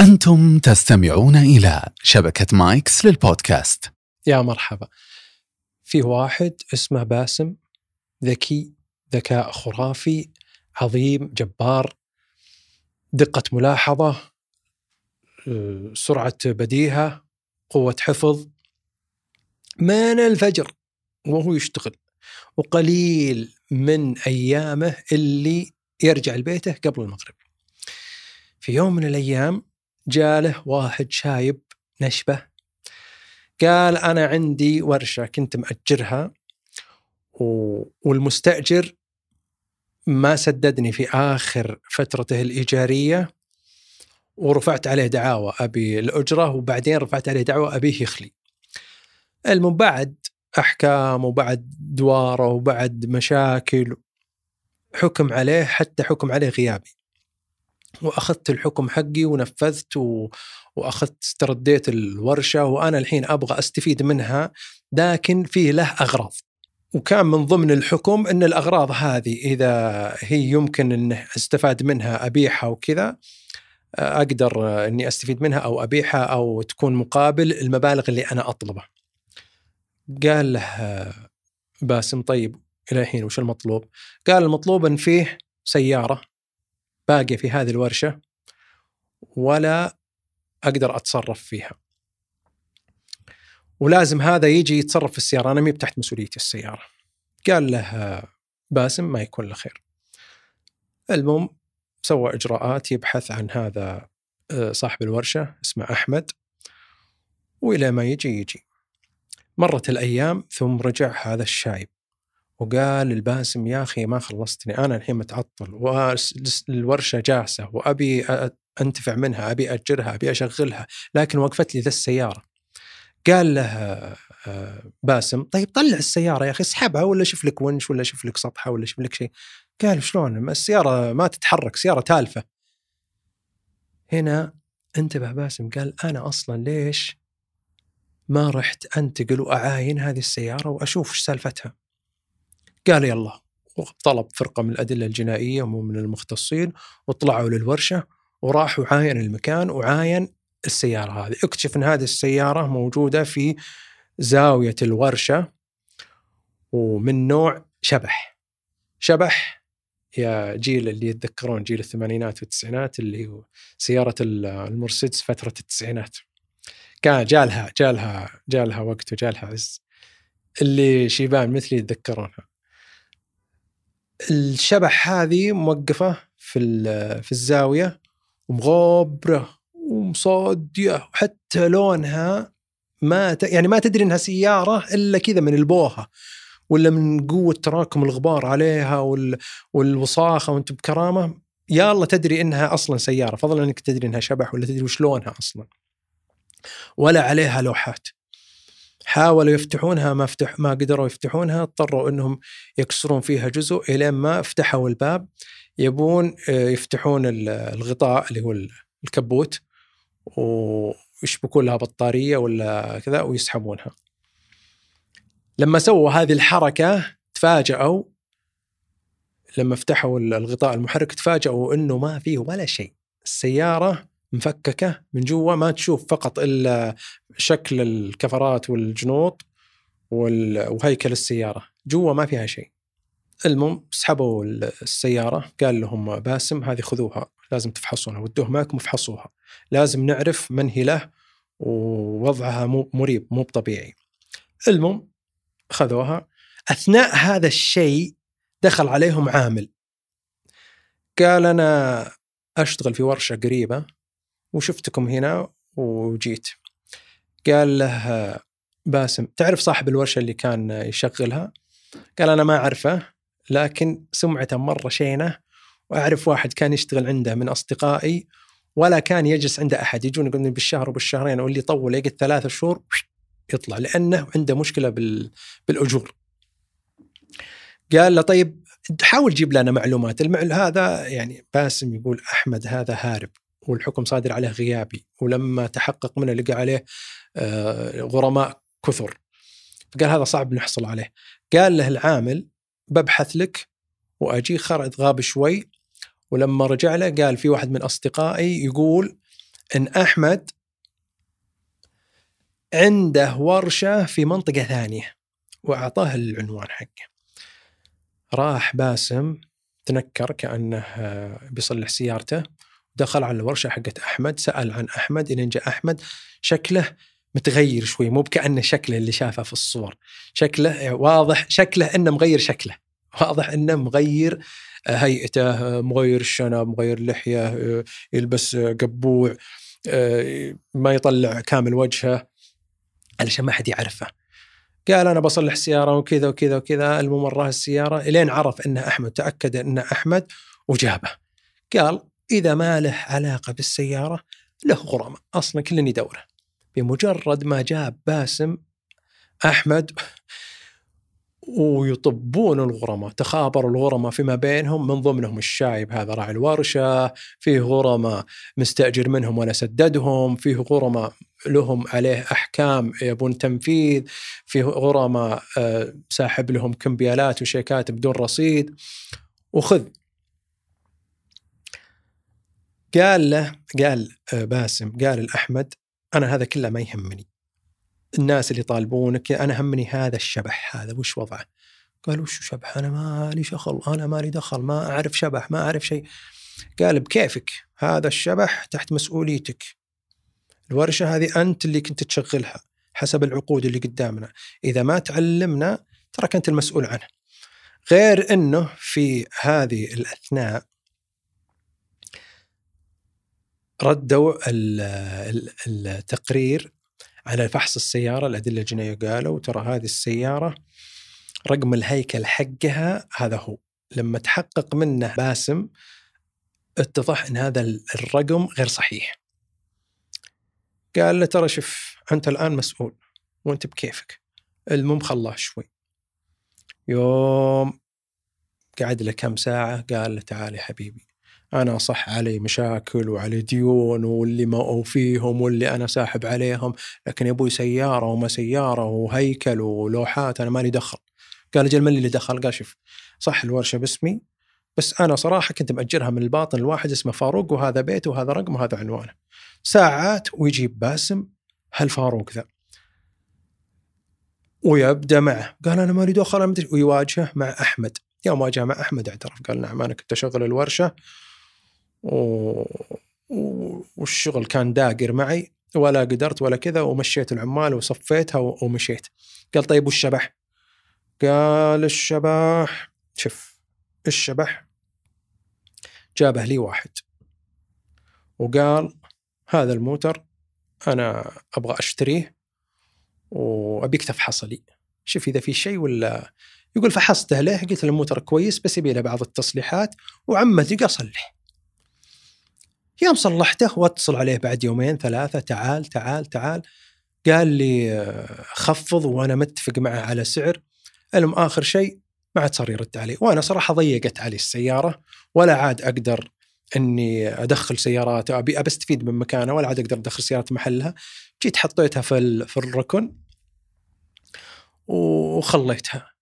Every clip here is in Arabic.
أنتم تستمعون إلى شبكة مايكس للبودكاست. يا مرحبا. في واحد اسمه باسم، ذكي ذكاء خرافي، عظيم، جبار، دقة ملاحظة، سرعة بديهة، قوة حفظ، من الفجر وهو يشتغل، وقليل من أيامه اللي يرجع لبيته قبل المغرب. في يوم من الأيام جاله واحد شايب نشبه، قال أنا عندي ورشة كنت مأجرها والمستأجر ما سددني في آخر فترته الإيجارية، ورفعت عليه دعاوى أبي الأجرة، وبعدين رفعت عليه دعوى أبيه يخلي. بعد أحكام وبعد دواره وبعد مشاكل حكم عليه، حتى حكم عليه غيابي، وأخذت الحكم حقي ونفذت وأخذت استرديت الورشة، وأنا الحين أبغى أستفيد منها، لكن فيه له أغراض. وكان من ضمن الحكم أن الأغراض هذه إذا هي يمكن أن استفاد منها أبيعها وكذا، أقدر أني أستفيد منها أو أبيعها أو تكون مقابل المبالغ اللي أنا أطلبه. قال له باسم طيب إلى الحين وش المطلوب؟ قال المطلوب أن فيه سيارة باقية في هذه الورشة ولا أقدر أتصرف فيها، ولازم هذا يجي يتصرف في السيارة، أنا مي بتحت مسؤوليتي السيارة. قال له باسم ما يكون له خير. المهم سوى إجراءات يبحث عن هذا صاحب الورشة اسمه أحمد، وإلى ما يجي. مرت الأيام ثم رجع هذا الشايب وقال الباسم يا أخي ما خلصتني، أنا الحين متعطل والورشة جاهزة وأبي أنتفع منها، أبي أجرها، أبي أشغلها، لكن وقفت لي ذا السيارة. قال له باسم طيب طلع السيارة يا أخي، اسحبها ولا شوف لك ونش ولا شوف لك سطحة ولا شوف لك شيء. قال شلون السيارة ما تتحرك، سيارة تالفة. هنا انتبه باسم، قال أنا أصلا ليش ما رحت أنتقل وأعاين هذه السيارة وأشوف إيش سالفتها. قال يلا، وطلب فرقة من الأدلة الجنائية ومن المختصين وطلعوا للورشة وراحوا عاين المكان وعاين السيارة هذه. اكتشف أن هذه السيارة موجودة في زاوية الورشة ومن نوع شبح يا جيل اللي يتذكرون جيل الثمانينات والتسعينات، اللي هو سيارة المرسيدس فترة التسعينات. كان جالها وقت وجالها عز، اللي شيبان مثلي يتذكرونها. الشبح هذه موقفة في الزاوية ومغبرة ومصدية، وحتى لونها ما تدري انها سيارة الا كذا من البوهة ولا من قوة تراكم الغبار عليها والوصاخة، وانت بكرامة يا الله تدري انها اصلا سيارة، فضلا انك تدري انها شبح ولا تدري وش لونها اصلا، ولا عليها لوحات. حاولوا يفتحونها ما قدروا يفتحونها، اضطروا انهم يكسرون فيها جزء الى ما فتحوا الباب، يبون يفتحون الغطاء اللي هو الكبوت ويشبكون لها بطارية ولا كذا ويسحبونها. لما سووا هذه الحركة تفاجأوا، لما فتحوا الغطاء المحرك تفاجأوا انه ما فيه ولا شيء، السيارة مفككة من جوا، ما تشوف فقط إلا شكل الكفرات والجنوط وهيكل السيارة، جوا ما فيها شيء. المهم سحبوا السيارة، قال لهم باسم هذه خذوها لازم تفحصونها، ودوه معكم وفحصوها، لازم نعرف من هي له ووضعها مريب مو طبيعي. المهم خذوها. أثناء هذا الشيء دخل عليهم عامل قال أنا أشتغل في ورشة قريبة وشفتكم هنا وجيت. قال له باسم تعرف صاحب الورشة اللي كان يشغلها؟ قال أنا ما أعرفه، لكن سمعته مرة شينة، وأعرف واحد كان يشتغل عنده من أصدقائي ولا كان يجلس عنده أحد، يجون يقولون بالشهر وبالشهرين، واللي يطول يقعد 3 شهور يطلع لأنه عنده مشكلة بالأجور. قال له طيب حاول جيب لنا معلومات. هذا يعني باسم يقول أحمد هذا هارب والحكم صادر عليه غيابي، ولما تحقق منه لقى عليه غرماء كثر، فقال هذا صعب نحصل عليه. قال له العامل ببحث لك وأجي. خرج غاب شوي، ولما رجع له قال في واحد من أصدقائي يقول إن أحمد عنده ورشة في منطقة ثانية وأعطاه العنوان حقه. راح باسم تنكر كأنه بيصلح سيارته، دخل على الورشة حقت أحمد، سأل عن أحمد، إلين جاء أحمد شكله متغير شوي، مو بكأنه شكله اللي شافه في الصور، شكله واضح، شكله إنه مغير شكله، واضح إنه مغير هيئته، مغير الشنب، مغير لحية، يلبس قبوع، ما يطلع كامل وجهه علشان ما حد يعرفه. قال أنا بصلح السيارة وكذا وكذا وكذا. الممرة السيارة إلين عرف إنه أحمد، تأكد إنه أحمد وجابه. قال إذا ما له علاقة بالسيارة له غرمة أصلا كلن يدوره. بمجرد ما جاب باسم أحمد ويطبون الغرماء، تخابروا الغرماء فيما بينهم، من ضمنهم الشايب هذا راعي الورشة، فيه غرماء مستأجر منهم ولا سددهم، فيه غرماء لهم عليه أحكام يبون تنفيذ، فيه غرماء ساحب لهم كمبيالات وشيكات بدون رصيد. وخذ. قال باسم، قال الأحمد أنا هذا كله ما يهمني، الناس اللي يطالبونك أنا همني هذا الشبح هذا وش وضعه. قال وش شبح؟ أنا ما لي شغل، أنا ما لي دخل، ما أعرف شبح، ما أعرف شيء. قال بكيفك، هذا الشبح تحت مسؤوليتك، الورشة هذه أنت اللي كنت تشغلها حسب العقود اللي قدامنا، إذا ما تعلمنا ترى أنت المسؤول عنه. غير أنه في هذه الأثناء ردوا التقرير على فحص السيارة، الأدلة الجنائية، قالوا ترى هذه السيارة رقم الهيكل حقها هذا هو. لما تحقق منه باسم اتضح ان هذا الرقم غير صحيح. قال له ترى شوف انت الان مسؤول وانت بكيفك، المهم خلاه شوي. يوم قعد له كم ساعة، قال له تعال يا حبيبي، أنا صح علي مشاكل وعلي ديون واللي ما أوفيهم واللي أنا ساحب عليهم، لكن يا أبوي سيارة وما سيارة وهيكل ولوحات أنا مالي دخل. قال أجل من اللي دخل؟ قال شوف صح الورشة باسمي، بس أنا صراحة كنت مأجرها من الباطن الواحد اسمه فاروق، وهذا بيته وهذا رقم وهذا عنوانه. ساعات ويجيب باسم هالفاروق ذا ويبدأ معه، قال أنا مالي دخل، ويواجهه مع أحمد. يوم واجه مع أحمد اعترف، قال نعم أنا كنت أشغل الورشة والشغل كان داقر معي ولا قدرت ولا كذا، ومشيت العمال وصفيتها ومشيت. قال طيب والشبح؟ قال الشبح شوف، الشبح جابه لي واحد وقال هذا الموتر أنا أبغى أشتريه وأبيك تفحص لي، شوف إذا في شيء ولا. يقول فحصته له، قلت له الموتر كويس بس يبي له بعض التصليحات، وعمتي قال صلح. يوم صلحته واتصل عليه بعد يومين ثلاثة، تعال تعال تعال، قال لي خفض وأنا متفق معه على سعر. المهم آخر شيء ما عاد صار يرد علي، وأنا صراحة ضيقت علي السيارة ولا عاد أقدر أني أدخل سيارات، أبي أستفيد من مكانها ولا عاد أقدر أدخل سيارات محلها. جيت حطيتها في الركن وخليتها.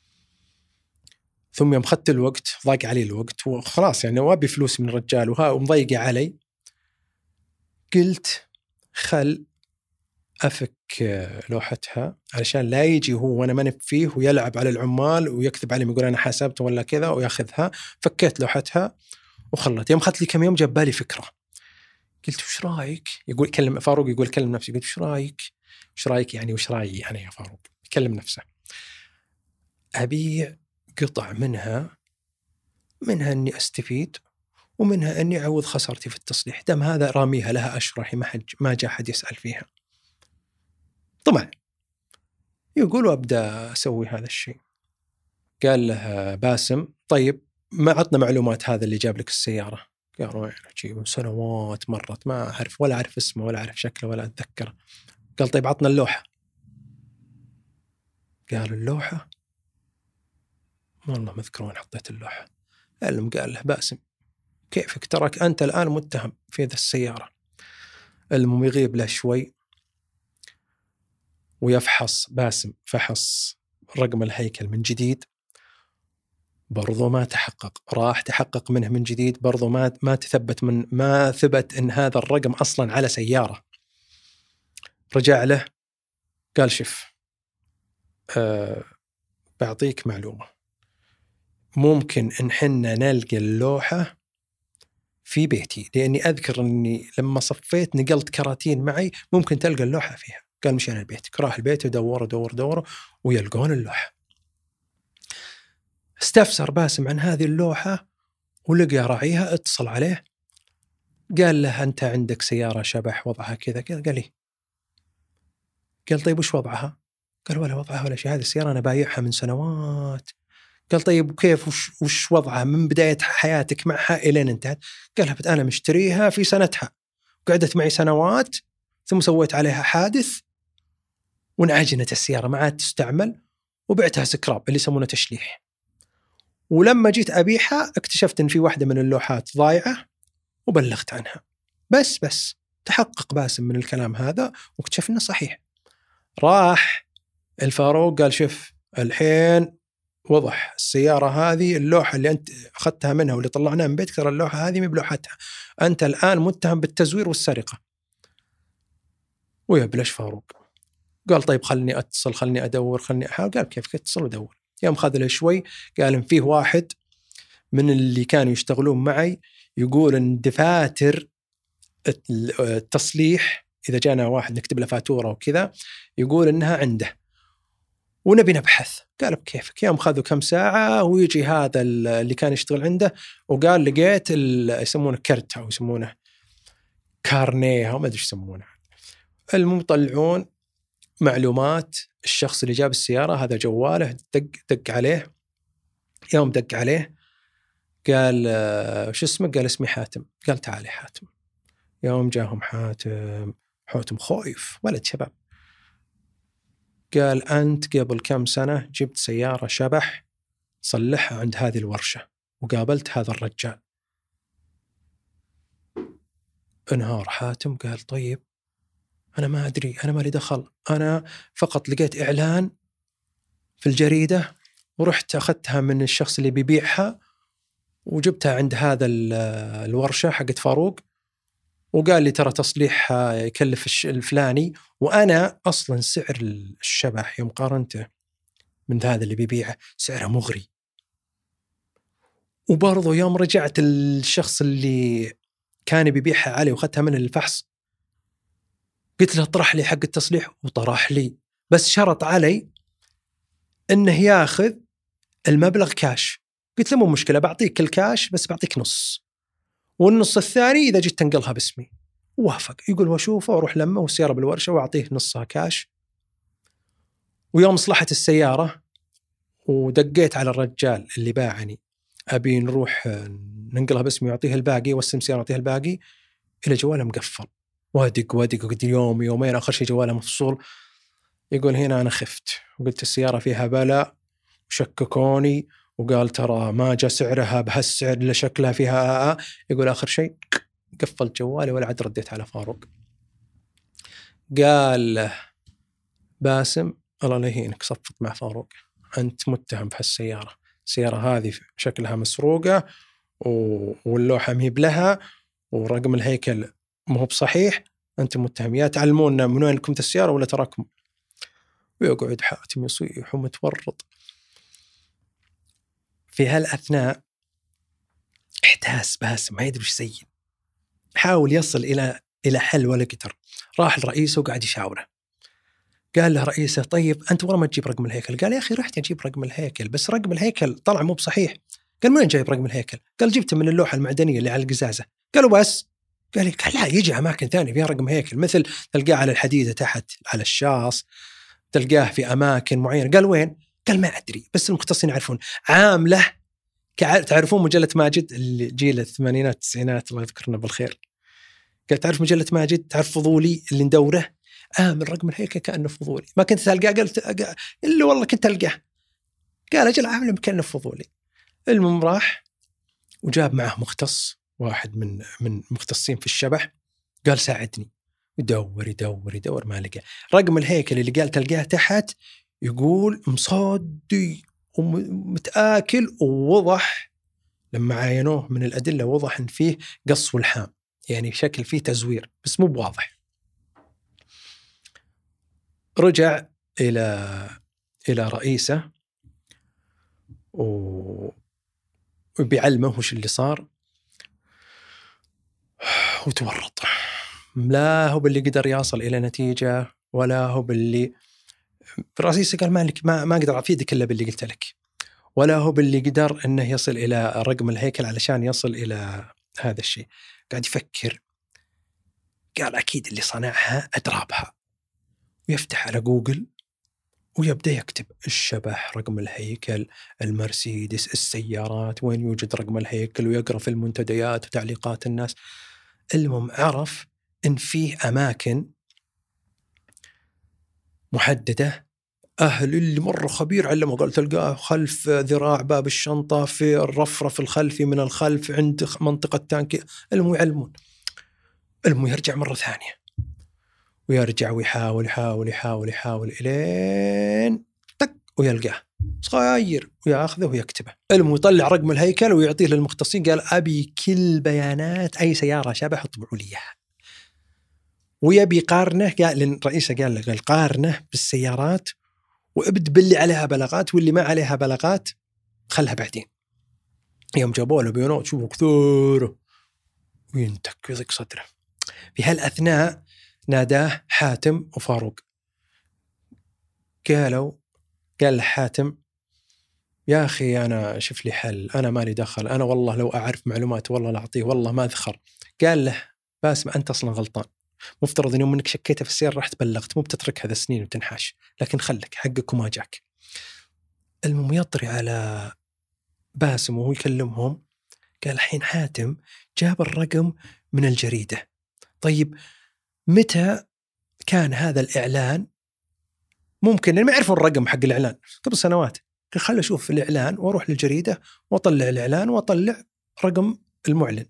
ثم يوم خدت الوقت ضاق علي الوقت وخلاص يعني وابي فلوس من الرجال ومضيقة علي، قلت خل أفك لوحتها علشان لا يجي هو وأنا ما فيه ويلعب على العمال ويكذب عليهم يقول أنا حاسبت ولا كذا وياخذها. فكيت لوحتها وخلت. يوم خدت لي كم يوم جاب بالي فكرة، قلت وش رايك؟ يقول كلم فاروق، يقول كلم نفسي، قلت وش رايك يعني وش رايي أنا يا فاروق؟ يكلم نفسه. أبيع قطع منها أني أستفيد ومنها أني أعوض خسارتي في التصليح، دام هذا راميها لها أشرحي ما جاء حد يسأل فيها. طبعا يقول وأبدأ أسوي هذا الشيء. قال له باسم طيب ما عطنا معلومات هذا اللي جاب لك السيارة؟ قال وين أجيب، سنوات مرت ما أعرف ولا أعرف اسمه ولا أعرف شكله ولا أتذكره. قال طيب عطنا اللوحة. قال اللوحة والله ما أذكر وين حطيت اللوحة. قال له باسم كيفك، تراك أنت الآن متهم في ذا السيارة. المهم يغيب له شوي ويفحص باسم، فحص رقم الهيكل من جديد برضو ما تحقق، راح تحقق منه من جديد، برضو ما تثبت، ما ثبت ان هذا الرقم اصلا على سيارة. رجع له قال شف، بعطيك معلومة، ممكن ان حنا نلقى اللوحة في بيتي، لاني اذكر اني لما صفيت نقلت كراتين معي، ممكن تلقى اللوحة فيها. قال مشينا لبيتك، راح البيت ودور ويلقون اللوحة. استفسر باسم عن هذه اللوحة ولقى راعيها، اتصل عليه قال له أنت عندك سيارة شبح وضعها كذا كذا. قال لي، قال طيب وش وضعها؟ قال ولا وضعها ولا شيء، هذه السيارة أنا بايعها من سنوات. قال طيب وكيف وش وضعها من بداية حياتك معها إلين انتهت؟ قال أنا مشتريها في سنتها، قعدت معي سنوات، ثم سويت عليها حادث وانعجنت السيارة ما عاد تستعمل، وبعتها سكراب اللي يسمونه تشليح. ولما جيت أبيعها اكتشفت إن في واحدة من اللوحات ضايعة وبلغت عنها. بس تحقق باسم من الكلام هذا واكتشف إنه صحيح. راح الفاروق قال شوف الحين وضح السيارة هذه، اللوحة اللي أنت أخذتها منها واللي طلعناها من بيتك ترى اللوحة هذه مي بلوحتها، أنت الآن متهم بالتزوير والسرقة. ويبلش فاروق قال طيب خلني أتصل، خلني أدور، خلني أحاول. قال كيف اتصل ودور؟ يوم خذ له شوي قال إن فيه واحد من اللي كانوا يشتغلون معي يقول إن دفاتر التصليح إذا جانا واحد نكتب له فاتورة وكذا يقول إنها عنده ونبي نبحث. قال بكيفك. يوم خذوا كم ساعة ويجي هذا اللي كان يشتغل عنده وقال لقيت يسمونه كرت أو يسمونه كارنيه أو ما أدري إيش يسمونه. المطلعون معلومات الشخص اللي جاب السيارة، هذا جواله، دق عليه. يوم دق عليه قال شو اسمك؟ قال اسمي حاتم. قال تعال يا حاتم. يوم جاهم حاتم خايف ولد شباب. قال أنت قبل كم سنة جبت سيارة شبح صلحها عند هذه الورشة وقابلت هذا الرجال. انهار حاتم قال طيب أنا ما أدري، أنا ما لي دخل، أنا فقط لقيت إعلان في الجريدة ورحت أخذتها من الشخص اللي بيبيعها وجبتها عند هذا الورشة حقت فاروق وقال لي ترى تصليحها يكلف الفلاني، وأنا أصلا سعر الشبح يوم قارنته من هذا اللي بيبيعه سعره مغري. وبرضو يوم رجعت الشخص اللي كان بيبيعها علي وأخذتها من الفحص قلت له طرح لي حق التصليح وطرح لي، بس شرط علي إنه ياخذ المبلغ كاش. قلت له مو مشكلة بعطيك الكاش بس بعطيك نص، والنص الثاني إذا جيت تنقلها باسمي. وافق. يقول واشوفه واروح لمه والسيارة بالورشة واعطيه نصها كاش. ويوم صلحت السيارة ودقيت على الرجال اللي باعني أبي نروح ننقلها باسمي وأعطيه الباقي واستلم سيارة أعطيه الباقي، إلى جواله مقفل. وادق وقلت يوم يومين آخر شيء جواله مفصول. يقول هنا أنا خفت وقلت السيارة فيها بلاء وشككوني وقال ترى ما جاء سعرها بهالسعر إلا شكلها فيها يقول آخر شيء قفلت جوالي ولا عاد رديت على فاروق. قال له باسم الله لا يهينك صفت مع فاروق، أنت متهم بهالسيارة، السيارة هذه شكلها مسروقة واللوحة مهيب لها ورقم الهيكل مو بصحيح، أنت متهم، يا تعلمونا من وين لكم السيارة ولا تراكم. ويقعد حاتم يصيح ومتورط. في هالأثناء احتاس باسم ما يدري وش يسوي، حاول يصل إلى حل ولا قدر. راح الرئيس وقاعد يشاوره. قال له رئيسه طيب أنت ورا ما تجيب رقم الهيكل؟ قال يا أخي رحت أجيب رقم الهيكل بس رقم الهيكل طلع مو بصحيح. قال من وين جايب رقم الهيكل؟ قال جبته من اللوحة المعدنية اللي على القزازة. قالوا بس؟ قال لا يجي أماكن ثانية فيها رقم هيكل، مثل تلقاه على الحديدة تحت على الشاص، تلقاه في أماكن معينة. قال وين؟ قال ما أدري بس المختصين يعرفون. عامله تعرفون مجلة ماجد اللي جيل الثمانينات التسعينات الله يذكرنا بالخير؟ قال تعرف مجلة ماجد؟ تعرف فضولي اللي ندوره؟ من رقم الهيكل كأنه فضولي. ما كنت تلقاه؟ قال إلا والله كنت ألقاه. قال أجل عامله كأنه فضولي. المهم راح وجاب معه مختص، واحد من مختصين في الشبح. قال ساعدني. يدور ما لقى رقم الهيكل اللي قال تلقاه تحت، يقول مصدي ومتآكل، ووضح لما عاينوه من الأدلة وضح إن فيه قص والحام، يعني شكل فيه تزوير بس مو بواضح. رجع إلى رئيسه وبيعلمه وش اللي صار، وتورط. لا هو باللي قدر يصل إلى نتيجة، ولا هو باللي رئيسه قال مالك ما أقدر أفيدك إلا باللي قلت لك، ولا هو باللي قدر أنه يصل إلى رقم الهيكل علشان يصل إلى هذا الشيء. قاعد يفكر، قال أكيد اللي صنعها أدرابها، ويفتح على جوجل ويبدأ يكتب الشبح، رقم الهيكل، المرسيدس، السيارات، وين يوجد رقم الهيكل، ويقرأ في المنتديات وتعليقات الناس. المهم عرف إن فيه أماكن محددة أهل اللي مرة خبير علمه، قال تلقاه خلف ذراع باب الشنطة، في الرفرف الخلفي من الخلف، عند منطقة تانكي. المهم يعلمون. المهم يرجع مرة ثانية ويرجع ويحاول يحاول يحاول يحاول إلين تك ويلقاه صغير ويأخذه ويكتبه. المهم يطلع رقم الهيكل ويعطيه للمختصين، قال أبي كل بيانات أي سيارة شبح اطبعوا لي إياها. ويبي قارنه، قال للرئيسة قال له قارنه بالسيارات، وابد باللي عليها بلاغات واللي ما عليها بلاغات خلها بعدين. يوم جابوا له بيانات شوفوا كثير وينتك ويضيق صدره. في هالأثناء ناداه حاتم وفاروق، قال له حاتم يا أخي أنا شوف لي حل، أنا مالي دخل، أنا والله لو أعرف معلومات والله لا أعطيه، والله ما أذخر. قال له باسم أنت أصلا غلطان، مفترض إن يوم منك شكيته في السيارة رحت بلغت، مو بتترك هذا سنين وتنحاش، لكن خلك حقك وما جاك. المهم يطري على باسم وهو يكلمهم، قال الحين حاتم جاب الرقم من الجريدة، طيب متى كان هذا الإعلان؟ ممكن ما يعرفون الرقم حق الإعلان، قبل سنوات. قال خل أشوف الإعلان وأروح للجريدة وأطلع الإعلان وأطلع رقم المعلن.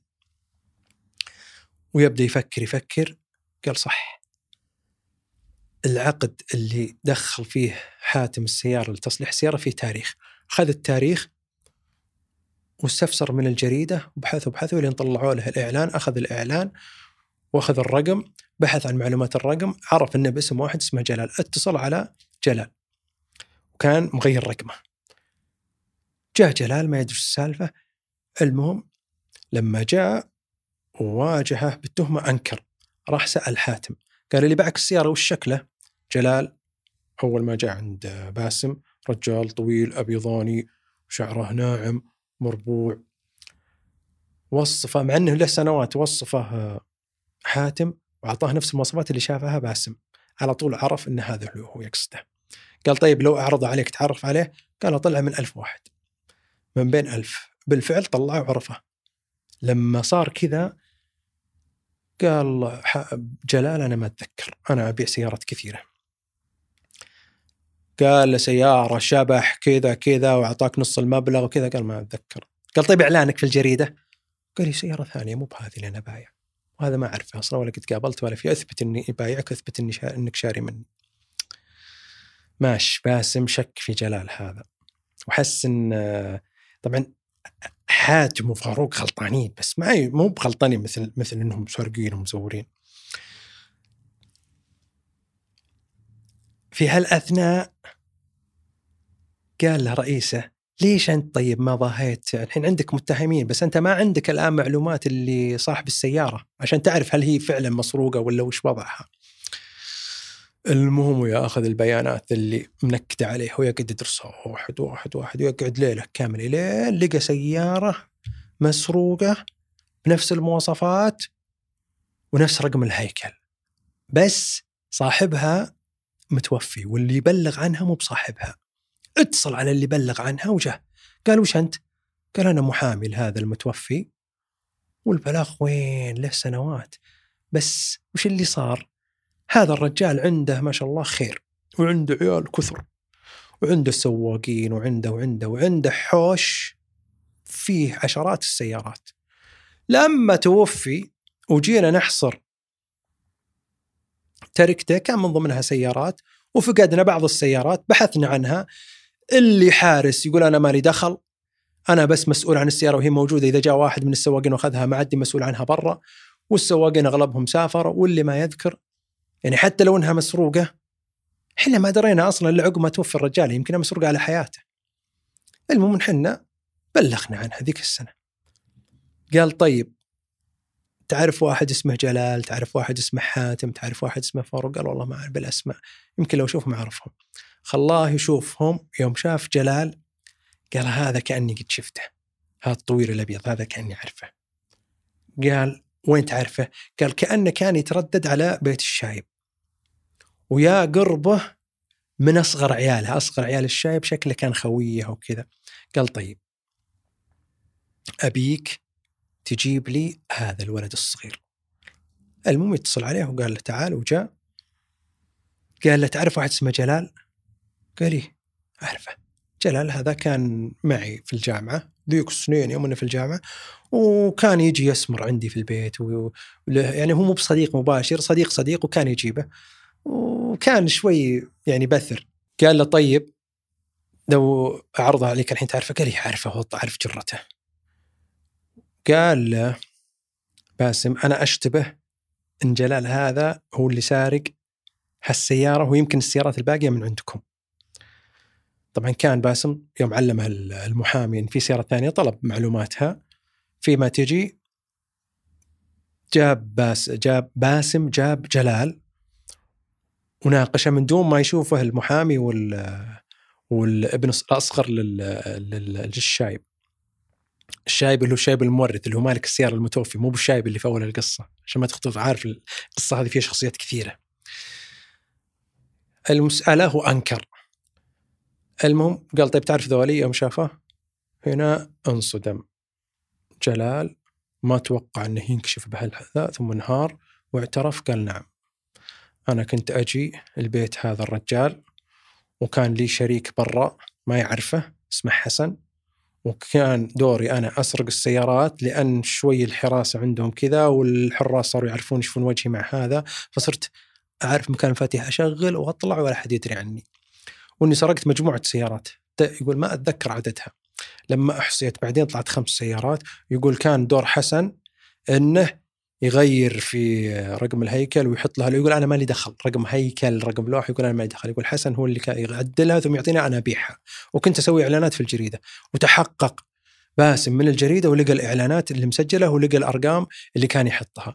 ويبدأ يفكر، قال صح، العقد اللي دخل فيه حاتم السيارة لتصليح السيارة فيه تاريخ. أخذ التاريخ واستفسر من الجريدة وبحثوا لين طلعوا له الإعلان. أخذ الإعلان وأخذ الرقم، بحث عن معلومات الرقم، عرف أنه باسم واحد اسمه جلال، اتصل على جلال وكان مغير رقمه. جاء جلال ما يدري السالفة. المهم لما جاء وواجهه بالتهمة أنكر، راح سأل حاتم، قال اللي باعك السيارة وش شكله؟ جلال أول ما جاء عند باسم رجال طويل أبيضاني شعره ناعم مربوع، وصفه مع أنه له سنوات، وصفه حاتم وأعطاه نفس المواصفات اللي شافها باسم. على طول عرف أن هذا هو يقصده. قال طيب لو أعرض عليك تعرف عليه؟ قال طلع من 1000 واحد من بين 1000. بالفعل طلعه وعرفه. لما صار كذا قال جلال أنا ما أتذكر، أنا أبيع سيارات كثيرة. قال له سيارة شبح كذا كذا وأعطاك نص المبلغ وكذا. قال ما أتذكر. قال طيب إعلانك في الجريدة؟ قال لي سيارة ثانية مو بهذه اللي أنا بايع، وهذا ما أعرفه أصلا ولا قد قابلت ولا في، أثبت إني بايعك، أثبت إنك شاري مني. ماش باسم شك في جلال هذا، وحس إن طبعا حاتم وفاروق غلطانين، بس مو بغلطانين مثل إنهم سارقين ومزورين. في هالأثناء قال له رئيسه ليش أنت طيب ما ضاهيت؟ الحين عندك متهمين بس أنت ما عندك الآن معلومات اللي صاحب السيارة عشان تعرف هل هي فعلا مسروقة ولا وش وضعها. المهم يأخذ البيانات اللي منكد عليه ويقعد يدرسها واحد واحد واحد، ويقعد ليلة كاملة لين لقى سيارة مسروقة بنفس المواصفات ونفس رقم الهيكل، بس صاحبها متوفي واللي يبلغ عنها مو بصاحبها. اتصل على اللي بلغ عنها وجاء قال وش أنت؟ قال أنا محامي لهذا المتوفي والبلاغ وين له سنوات، بس وش اللي صار؟ هذا الرجال عنده ما شاء الله خير، وعنده عيال كثر، وعنده سواقين، وعنده حوش فيه عشرات السيارات. لما توفي وجينا نحصر تركته كان من ضمنها سيارات، وفقدنا بعض السيارات، بحثنا عنها اللي حارس يقول أنا مالي دخل، أنا بس مسؤول عن السيارة وهي موجودة، إذا جاء واحد من السواقين وأخذها معدي مسؤول عنها برا، والسواقين أغلبهم سافروا، واللي ما يذكر يعني حتى لو أنها مسروقة إحنا ما درينا أصلا إلا عقب ما توفى الرجال، يمكن مسروقة على حياته. المهم إحنا بلغنا عنها ذيك السنة. قال طيب تعرف واحد اسمه جلال، تعرف واحد اسمه حاتم، تعرف واحد اسمه فاروق؟ قال والله ما أعرف بالأسماء، يمكن لو أشوفهم أعرفهم. خلاه يشوفهم. يوم شاف جلال قال هذا كأني قد شفته، هذا الطويل الأبيض هذا كأني أعرفه. قال وين تعرفه؟ قال كأنه كان يتردد على بيت الشايب، ويا قربه من أصغر عياله، أصغر عيال الشايب شكله كان خويه وكذا. قال طيب أبيك تجيب لي هذا الولد الصغير. المهم يتصل عليه وقال له تعال، وجاء. قال له تعرف واحد اسمه جلال؟ قال لي أعرفه. جلال هذا كان معي في الجامعة ذيك السنين يوم أنا في الجامعة، وكان يجي يسمر عندي في البيت يعني هو مو بصديق مباشر، صديق وكان يجيبه، وكان شوي يعني بثر. قال له طيب لو أعرضها عليك الحين تعرفه؟ قال لي أعرفه، أعرف جرته. قال له باسم أنا أشتبه إن جلال هذا هو اللي سارق هالسيارة، ويمكن السيارات الباقية من عندكم. طبعا كان باسم يوم علمه المحامي إن في سيارة ثانية طلب معلوماتها، فيما تجي جاب باسم جاب جلال وناقشه من دون ما يشوفه المحامي والابن الأصغر للشايب. الشايب اللي هو الشايب المورث اللي هو مالك السيارة المتوفي، مو بالشايب اللي في أول القصة، عشان ما تخطط. عارف القصة هذه فيها شخصيات كثيرة. المسألة هو أنكر. المهم قال طيب تعرف ذولي؟ يوم شافه هنا انصدم جلال، ما توقع أنه ينكشف بهالهذا، ثم انهار واعترف. قال نعم أنا كنت أجي البيت هذا الرجال، وكان لي شريك برا ما يعرفه اسمه حسن، وكان دوري أنا أسرق السيارات لأن شوي الحراسة عندهم كذا، والحراس صاروا يعرفون يشوفون وجهي مع هذا، فصرت أعرف مكان فاتح أشغل وأطلع ولا حد يدري عني، وإني سرقت مجموعة سيارات. يقول ما أتذكر عددها، لما أحصيت بعدين طلعت 5 سيارات. يقول كان دور حسن إنه يغير في رقم الهيكل ويحط لها، يقول أنا ما لي دخل، رقم هيكل رقم لوح، يقول أنا ما لي دخل. يقول حسن هو اللي كان يعدلها ثم يعطينا أنا أبيعها، وكنت أسوي إعلانات في الجريدة. وتحقق باسم من الجريدة ولقى الإعلانات اللي مسجلة ولقى الأرقام اللي كان يحطها.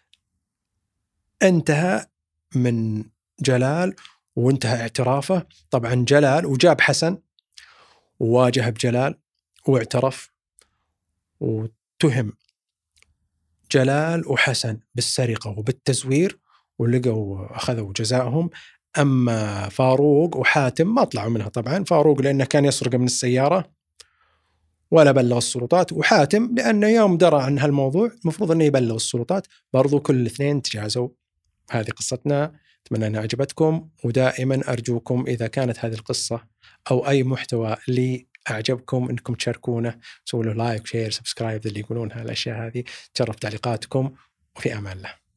انتهى من جلال وانتهى اعترافه. طبعا جلال وجاب حسن وواجه بجلال واعترف، وتهم جلال وحسن بالسرقة وبالتزوير، ولقوا أخذوا جزائهم. أما فاروق وحاتم ما طلعوا منها طبعا. فاروق لأنه كان يسرق من السيارة ولا بلغ السلطات، وحاتم لأنه يوم درى عن هالموضوع المفروض أنه يبلغ السلطات برضو. كل الاثنين تجازوا. هذه قصتنا، أتمنى أنها عجبتكم، ودائما أرجوكم إذا كانت هذه القصة أو أي محتوى لي أعجبكم أنكم تشاركونه، سووا له لايك وشير سبسكرايب اللي يقولون هالأشياء هذه. تشرف تعليقاتكم، وفي أمان الله.